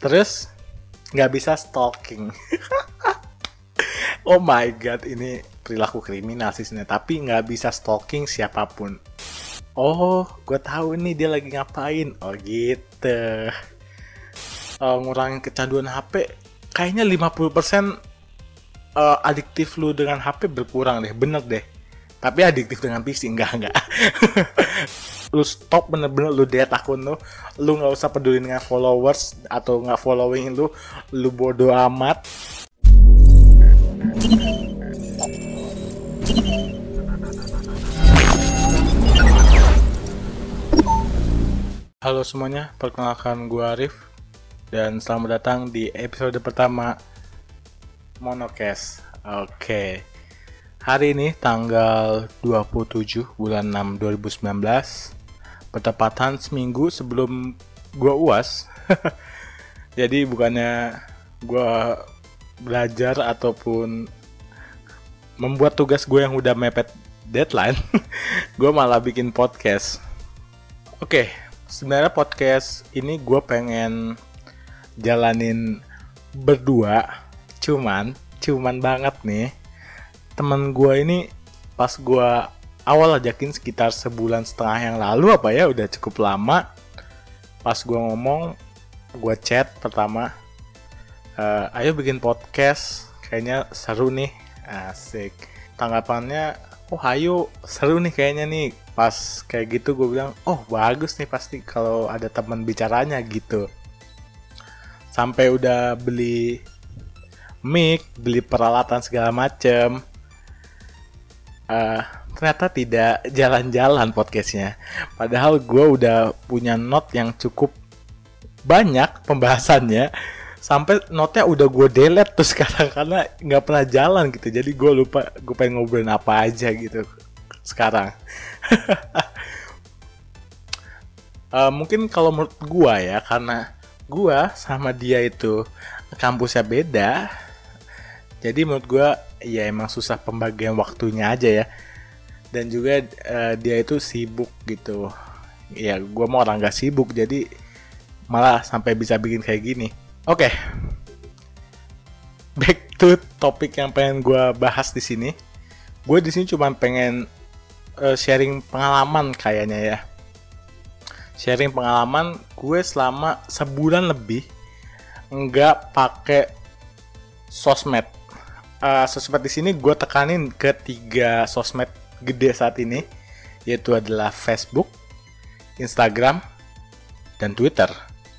Terus nggak bisa stalking. Oh my god, ini perilaku kriminal sih sebenarnya. Tapi nggak bisa stalking siapapun. Oh, gue tahu nih dia lagi ngapain. Oh gitu. Ngurangin kecanduan HP. Kayaknya 50% adiktif lu dengan HP berkurang deh. Bener deh. Tapi adiktif dengan PC, enggak. Lu stop bener-bener, lu delete akun lu nggak usah peduli dengan followers atau nggak following lu bodo amat. Halo semuanya, perkenalkan gue Arif dan selamat datang di episode pertama Monocast. Oke. Hari ini tanggal 27 bulan 6 2019, bertepatan seminggu sebelum gua UAS. Jadi bukannya gua belajar ataupun membuat tugas gue yang udah mepet deadline, gua malah bikin podcast. Oke, sebenarnya podcast ini gua pengen jalanin berdua, cuman banget nih. Temen gue ini pas gue awal ajakin sekitar sebulan setengah yang lalu udah cukup lama. Pas gue ngomong, gue chat pertama, ayo bikin podcast, kayaknya seru nih, asik. Tanggapannya, oh ayo seru nih kayaknya nih. Pas kayak gitu gue bilang, oh bagus nih pasti kalau ada teman bicaranya gitu. Sampai udah beli mic, beli peralatan segala macem. Ternyata tidak jalan-jalan podcastnya. Padahal gue udah punya note yang cukup banyak pembahasannya. Sampai note-nya udah gue delete tuh sekarang karena nggak pernah jalan gitu. Jadi gue lupa gue pengen ngobrolin apa aja gitu sekarang. Mungkin kalau menurut gue ya, karena gue sama dia itu kampusnya beda. Jadi menurut gue ya emang susah pembagian waktunya aja ya. Dan juga dia itu sibuk gitu. Ya gue mau orang gak sibuk, jadi malah sampai bisa bikin kayak gini. Oke. Back to topik yang pengen gue bahas di sini. Gue di sini cuma pengen sharing pengalaman kayaknya ya. Sharing pengalaman gue selama sebulan lebih nggak pakai sosmed. Sosmed di sini gue tekanin ke 3 sosmed gede saat ini, yaitu adalah Facebook, Instagram, dan Twitter.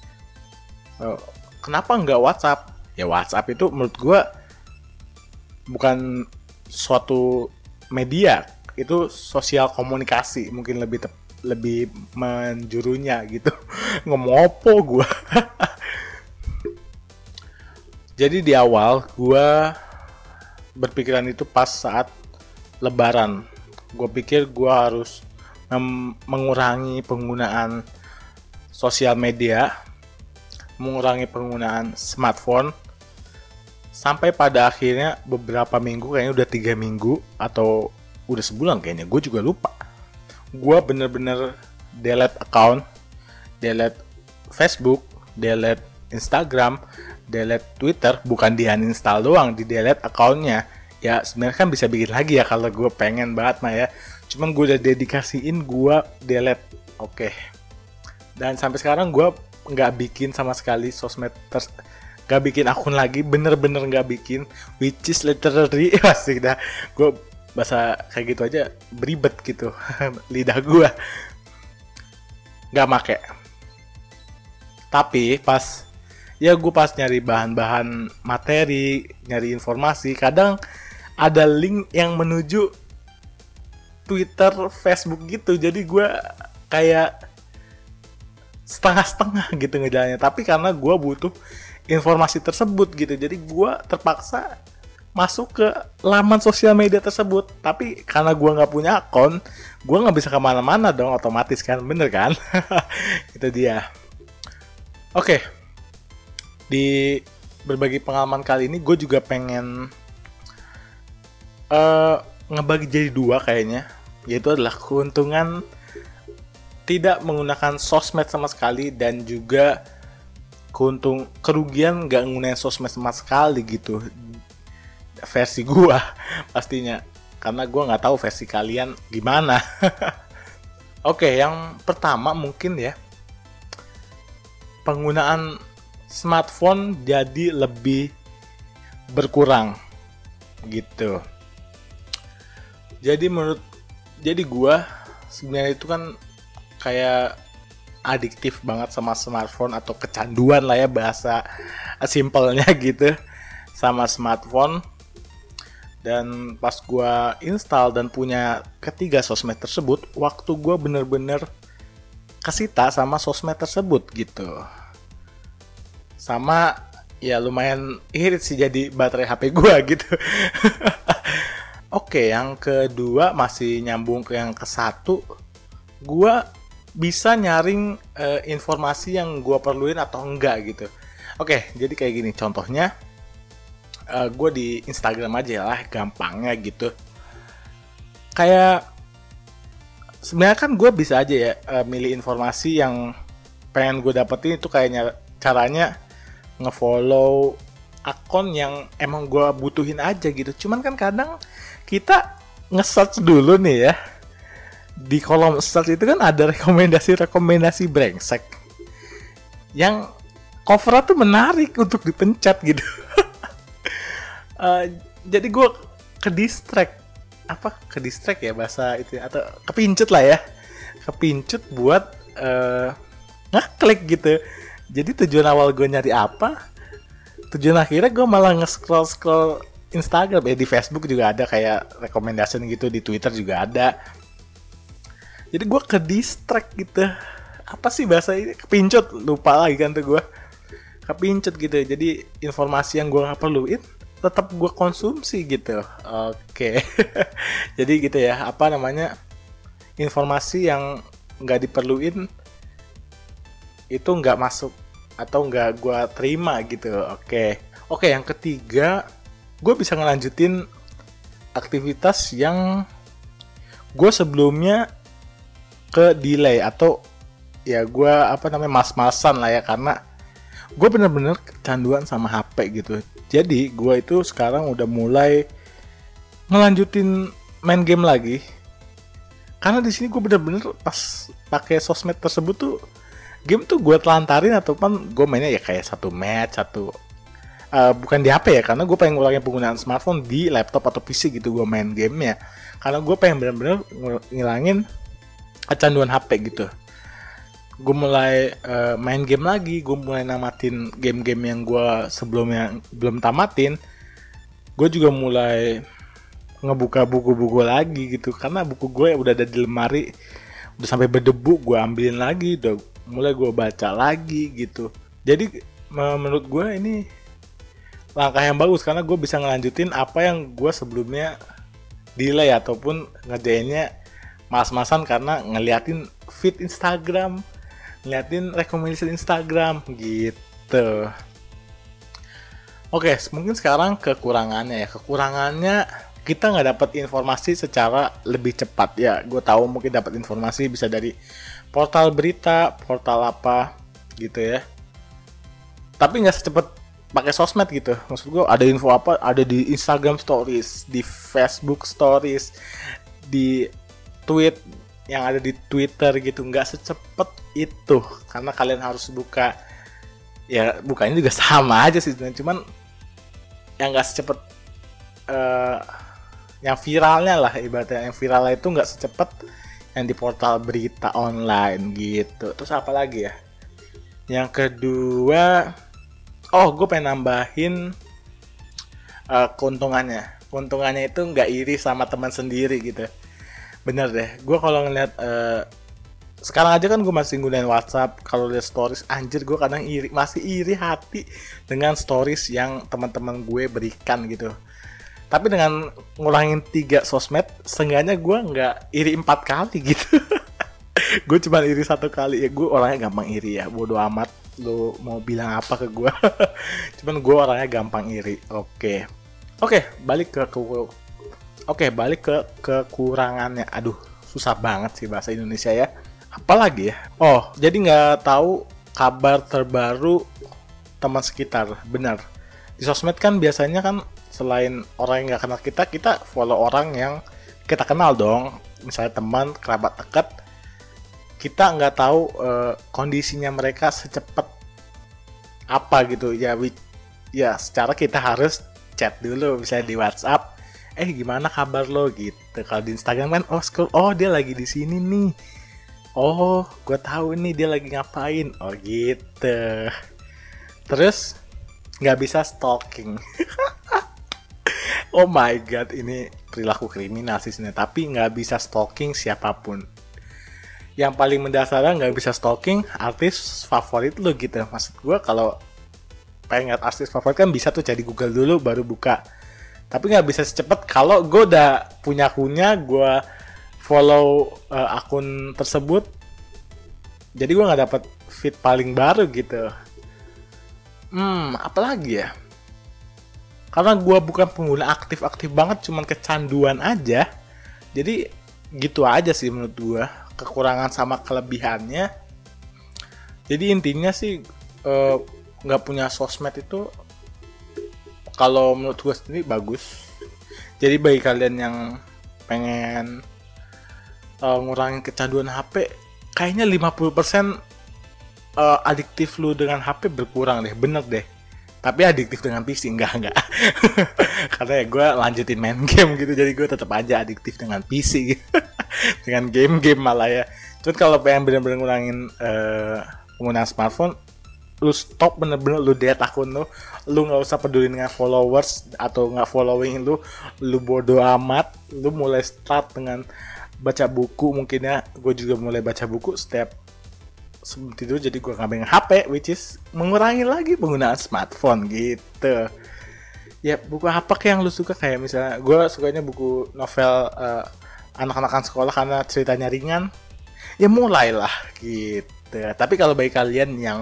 Kenapa nggak WhatsApp? Ya WhatsApp itu menurut gue bukan suatu media, itu sosial komunikasi, mungkin lebih menjurunya gitu. Ngomong apa gue? Jadi di awal gue berpikiran itu pas saat Lebaran. Gue pikir gue harus mengurangi penggunaan sosial media, mengurangi penggunaan smartphone, sampai pada akhirnya beberapa minggu, kayaknya udah 3 minggu atau udah sebulan kayaknya, gue juga lupa. Gue bener-bener delete account, delete Facebook, delete Instagram, delete Twitter. Bukan di uninstall doang, di delete accountnya. Ya sebenarnya kan bisa bikin lagi ya kalau gue pengen banget mah ya. Cuman gue udah dedikasiin gue delete. Oke. Dan sampai sekarang gue nggak bikin sama sekali sosmed, nggak bikin akun lagi, bener-bener nggak bikin. Which is literally asik dah. Gue bahasa kayak gitu aja beribet gitu lidah gue. Nggak make. Tapi pas nyari bahan-bahan materi, nyari informasi, kadang ada link yang menuju Twitter, Facebook gitu. Jadi gue kayak setengah-setengah gitu ngejalannya. Tapi karena gue butuh informasi tersebut gitu, jadi gue terpaksa masuk ke laman sosial media tersebut. Tapi karena gue nggak punya akun, gue nggak bisa kemana-mana dong, otomatis kan, bener kan? Itu dia. Oke. Di berbagi pengalaman kali ini gue juga pengen ngebagi jadi 2 kayaknya, yaitu adalah keuntungan tidak menggunakan sosmed sama sekali dan juga kerugian nggak nggunain sosmed sama sekali gitu, versi gua pastinya, karena gua nggak tahu versi kalian gimana. Oke, yang pertama mungkin ya, penggunaan smartphone jadi lebih berkurang gitu. Jadi gua sebenarnya itu kan kayak adiktif banget sama smartphone, atau kecanduan lah ya bahasa simpelnya gitu sama smartphone. Dan pas gua install dan punya ketiga sosmed tersebut, waktu gua bener-bener kesita sama sosmed tersebut gitu. Sama ya lumayan irit sih jadi baterai HP gua gitu. Oke, yang kedua masih nyambung ke yang ke satu, gua bisa nyaring informasi yang gue perluin atau enggak gitu. Oke, jadi kayak gini contohnya, gue di Instagram aja lah gampangnya gitu. Kayak sebenarnya kan gue bisa aja ya milih informasi yang pengen gue dapetin, itu kayaknya caranya ngefollow akun yang emang gue butuhin aja gitu. Cuman kan kadang kita nge-search dulu nih ya, di kolom search itu kan ada rekomendasi brengsek yang covernya tuh menarik untuk dipencet gitu. Jadi gue ke distract ya bahasa itu, atau kepincut lah ya, kepincut buat ngeklik gitu. Jadi tujuan awal gue nyari apa, tujuan akhirnya gue malah nge-scroll Instagram. Di Facebook juga ada kayak recommendation gitu, di Twitter juga ada. Jadi gue ke distract gitu. Apa sih bahasa ini? Kepincut, lupa lagi kan tuh gue. Kepincut gitu. Jadi informasi yang gue gak perluin tetap gue konsumsi gitu. Oke. Jadi gitu ya, apa namanya, informasi yang gak diperluin itu gak masuk atau gak gue terima gitu. Oke, yang ketiga, gue bisa ngelanjutin aktivitas yang gue sebelumnya ke delay, atau ya gue mas-masan lah ya, karena gue bener-bener kecanduan sama HP gitu. Jadi gue itu sekarang udah mulai ngelanjutin main game lagi, karena di sini gue bener-bener pas pakai sosmed tersebut tuh, game tuh gue telantarin, ataupun gue mainnya ya kayak satu match bukan di HP ya, karena gue pengen ngurangin penggunaan smartphone di laptop atau PC gitu gue main gamenya, karena gue pengen bener-bener ngilangin kecanduan HP gitu. Gue mulai main game lagi, gue mulai namatin game-game yang gue sebelumnya belum tamatin. Gue juga mulai ngebuka buku-buku lagi gitu, karena buku gue udah ada di lemari, udah sampai berdebu, gue ambilin lagi, udah mulai gue baca lagi gitu. Jadi menurut gue ini langkah yang bagus, karena gue bisa ngelanjutin apa yang gue sebelumnya delay ataupun ngerjainnya mas-masan, karena ngeliatin feed Instagram, ngeliatin rekomendasi Instagram gitu. Oke, mungkin sekarang kekurangannya ya. Kekurangannya kita nggak dapat informasi secara lebih cepat ya. Gue tahu mungkin dapat informasi bisa dari portal berita, portal apa gitu ya. Tapi nggak secepat pakai sosmed gitu. Maksud gue ada info apa, ada di Instagram Stories, di Facebook Stories, di tweet yang ada di Twitter gitu. Nggak secepat itu, karena kalian harus buka, ya bukanya juga sama aja sih sebenarnya, cuman yang nggak secepat yang viralnya lah, ibaratnya yang viralnya itu nggak secepat yang di portal berita online gitu. Terus apa lagi ya? Yang kedua, gue pengen nambahin keuntungannya itu nggak iri sama teman sendiri gitu. Bener deh, gue kalau ngeliat sekarang aja kan gue masih gunain WhatsApp, kalau lihat stories, anjir gue kadang masih iri hati dengan stories yang teman-teman gue berikan gitu. Tapi dengan ngurangin 3 sosmed, seenggaknya gue nggak iri 4 kali gitu. Gue cuma iri 1 kali, ya gue orangnya gampang iri ya, bodo amat lo mau bilang apa ke gue. Cuman gue orangnya gampang iri. Oke, balik ke kekurangannya. Aduh, susah banget sih bahasa Indonesia ya. Apalagi ya? Jadi nggak tahu kabar terbaru teman sekitar. Benar, di sosmed kan biasanya kan selain orang yang nggak kenal kita follow orang yang kita kenal dong, misalnya teman, kerabat dekat. Kita nggak tahu kondisinya mereka secepat apa gitu ya. Ya secara kita harus chat dulu, misalnya di WhatsApp, gimana kabar lo gitu. Kalau di Instagram kan scroll, dia lagi di sini nih, gue tahu nih dia lagi ngapain, gitu. Terus nggak bisa stalking. Oh my god, ini perilaku kriminal sih sebenarnya. Tapi nggak bisa stalking siapapun. Yang paling mendasar nggak bisa stalking artis favorit lo gitu. Maksud gue kalau pengen lihat artis favorit kan bisa tuh cari Google dulu baru buka. Tapi nggak bisa secepat kalau gue udah punya akunnya, gue follow akun tersebut. Jadi gue nggak dapat feed paling baru gitu. Apalagi ya? Karena gue bukan pengguna aktif-aktif banget, cuman kecanduan aja. Jadi gitu aja sih menurut gue, kekurangan sama kelebihannya. Jadi intinya sih nggak punya sosmed itu kalau menurut gue sendiri bagus. Jadi bagi kalian yang pengen ngurangin kecanduan HP, kayaknya 50% adiktif lu dengan HP berkurang deh, bener deh. Tapi adiktif dengan PC enggak. Karena ya gue lanjutin main game gitu, jadi gue tetap aja adiktif dengan PC gitu. Dengan game-game malah ya. Cuman kalau pengen bener-bener ngurangin penggunaan smartphone, lu stop bener-bener, lu delete akun lu nggak usah peduli dengan followers atau nggak following lu bodo amat. Lu mulai start dengan baca buku, mungkin ya. Gue juga mulai baca buku setiap sebelum tidur, jadi gue nggak pegang HP, which is mengurangi lagi penggunaan smartphone gitu. Ya buku apa yang lu suka, kayak misalnya gue sukanya buku novel anak-anakan sekolah karena ceritanya ringan. Ya mulailah gitu. Tapi kalau bagi kalian yang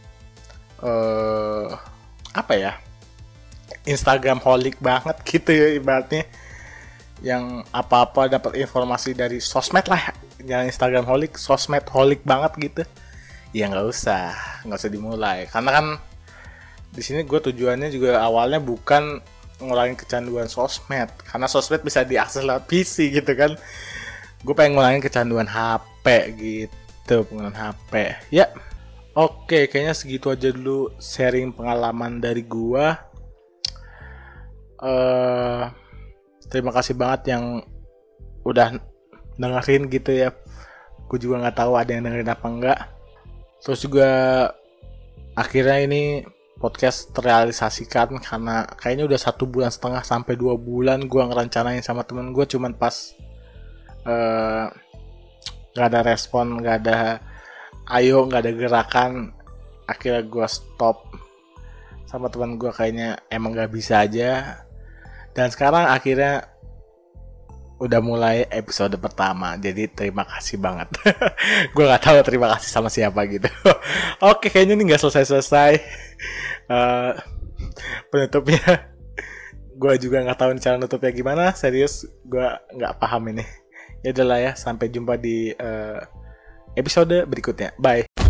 Instagram holic banget gitu ya ibaratnya, yang apa-apa dapat informasi dari sosmed lah, yang Instagram holic, sosmed holic banget gitu, ya nggak usah dimulai. Karena kan di sini gue tujuannya juga awalnya bukan ngurangin kecanduan sosmed, karena sosmed bisa diakses lewat PC gitu kan. Gue pengen ngurangin kecanduan HP gitu, penggunaan HP. Ya, oke, kayaknya segitu aja dulu sharing pengalaman dari gue. Terima kasih banget yang udah dengerin gitu ya. Gue juga nggak tahu ada yang dengerin apa enggak. Terus juga akhirnya ini podcast terrealisasikan karena kayaknya udah 1,5 bulan sampai 2 bulan gue ngerencanain sama temen gue, cuman pas nggak ada respon, nggak ada nggak ada gerakan, akhirnya gue stop sama teman gue. Kayaknya emang nggak bisa aja. Dan sekarang akhirnya udah mulai episode pertama. Jadi terima kasih banget. Gue nggak tahu terima kasih sama siapa gitu. Oke, kayaknya ini nggak selesai. Penutupnya gue juga nggak tahu cara nutupnya gimana. Serius, gue nggak paham ini. Ya udahlah ya, sampai jumpa di episode berikutnya. Bye.